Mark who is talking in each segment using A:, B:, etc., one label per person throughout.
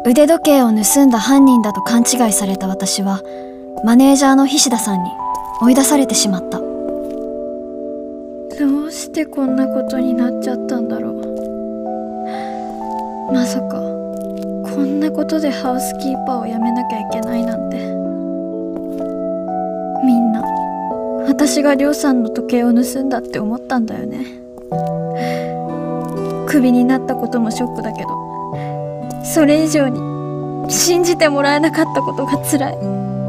A: 腕時計を盗んだ犯人だと勘違いされた私はマネージャーの菱田さんに追い出されてしまった。
B: どうしてこんなことになっちゃったんだろう。まさかこんなことでハウスキーパーを辞めなきゃいけないなんて。みんな私がりょうさんの時計を盗んだって思ったんだよね。クビになったこともショックだけど、それ以上に信じてもらえなかったことが辛い。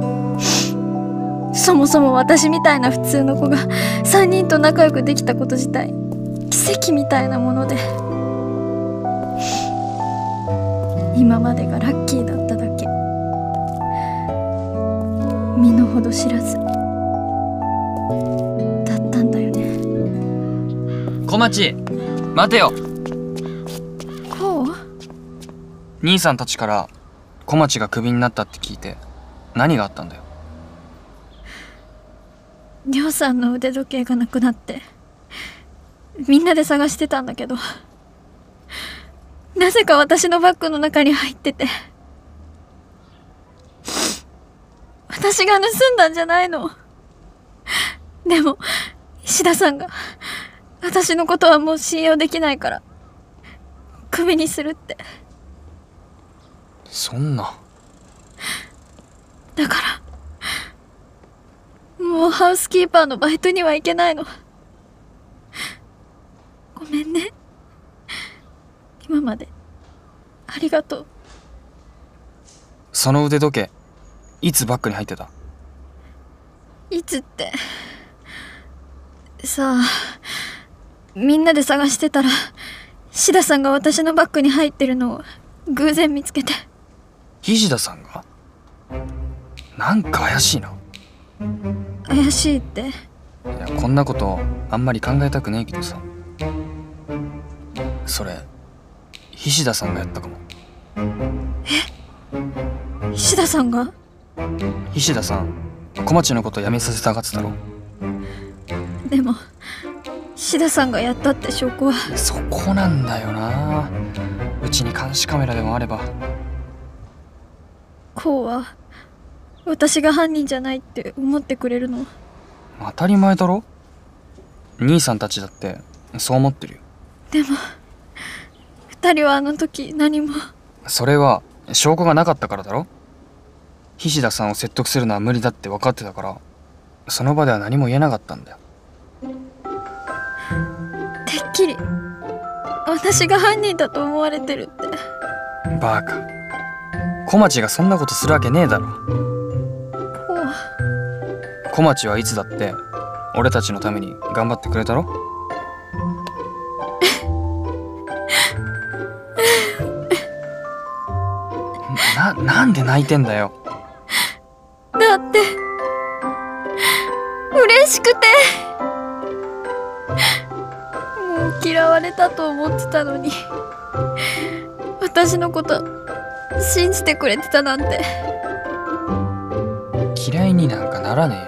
B: そもそも私みたいな普通の子が3人と仲良くできたこと自体奇跡みたいなもので、今までがラッキーだっただけ。身の程知らずだったんだよね。
C: 小町、待てよ。
B: こう？
C: 兄さんたちから小町がクビになったって聞いて何があったんだよ。
B: りょうさんの腕時計がなくなってみんなで探してたんだけど、なぜか私のバッグの中に入ってて、私が盗んだんじゃないの。でも石田さんが私のことはもう信用できないからクビにするって。
C: そんな。
B: だからもうハウスキーパーのバイトには行けないの。ごめんね。今までありがとう。
C: その腕時計いつバッグに入ってた？
B: いつってさあ、みんなで探してたら菱田さんが私のバッグに入ってるのを偶然見つけて。
C: 菱田さんが？なんか怪しいな。
B: 怪しいって？
C: いや、こんなことあんまり考えたくねえけどさ、それ菱田さんがやったかも。
B: 菱田さんが？
C: 菱田さん小町のこと辞めさせたがってたろ。
B: でも菱田さんがやったって証拠は。
C: そこなんだよな。うちに監視カメラでもあれば。
B: こうは私が犯人じゃないって思ってくれるの？
C: 当たり前だろ。兄さんたちだってそう思ってるよ。
B: でも2人はあの時何も。
C: それは証拠がなかったからだろ。菱田さんを説得するのは無理だって分かってたから、その場では何も言えなかったんだよ。
B: てっきり私が犯人だと思われてるって。
C: バカ。小町がそんなことするわけねえだろ。小町はいつだって俺たちのために頑張ってくれたろ。なんで泣いてんだよ。
B: だって嬉しくて。もう嫌われたと思ってたのに私のこと信じてくれてたなんて。
C: 嫌いになんかならねえ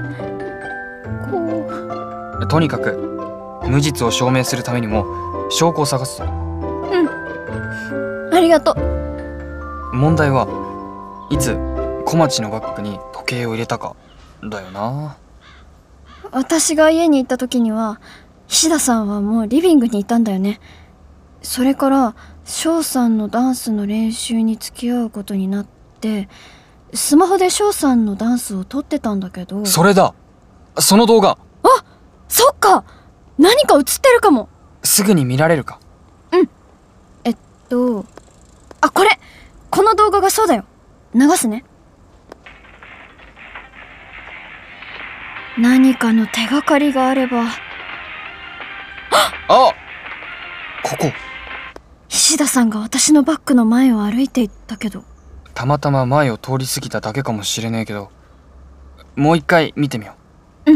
C: よ。とにかく無実を証明するためにも証拠を探すぞ。
B: ありがとう。
C: 問題はいつ小町のバッグに時計を入れたかだよな。
A: 私が家に行った時には菱田さんはもうリビングにいたんだよね。それから翔さんのダンスの練習に付き合うことになって、スマホで翔さんのダンスを撮ってたんだけど。
C: それだ、その動画。
A: あ、そっか、何か映ってるかも。
C: すぐに見られるか？
A: うん。あ、この動画がそうだよ。流すね。何かの手がかりがあれば。
C: あ、ここ。
A: 菱田さんが私のバッグの前を歩いていったけど。
C: たまたま前を通り過ぎただけかもしれねえけど、もう一回見てみよ
A: う。うん。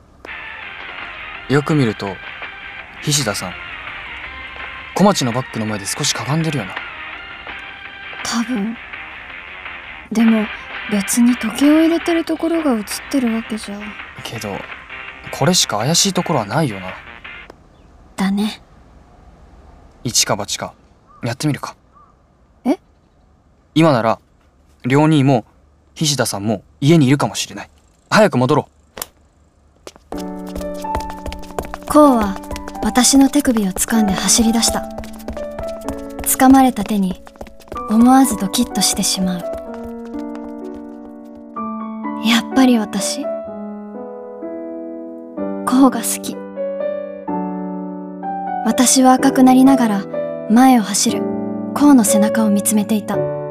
C: よく見ると菱田さん小町のバッグの前で少しかがんでるよな。
A: 多分。でも別に時計を入れてるところが映ってるわけじゃ。
C: けどこれしか怪しいところはないよな。
A: だね。
C: 一か八かやってみるか。
A: え？
C: 今なら両兄も菱田さんも家にいるかもしれない。早く戻ろう。
A: こうは私の手首を掴んで走り出した。掴まれた手に思わずドキッとしてしまう。やっぱり私こうが好き。私は赤くなりながら前を走るこうの背中を見つめていた。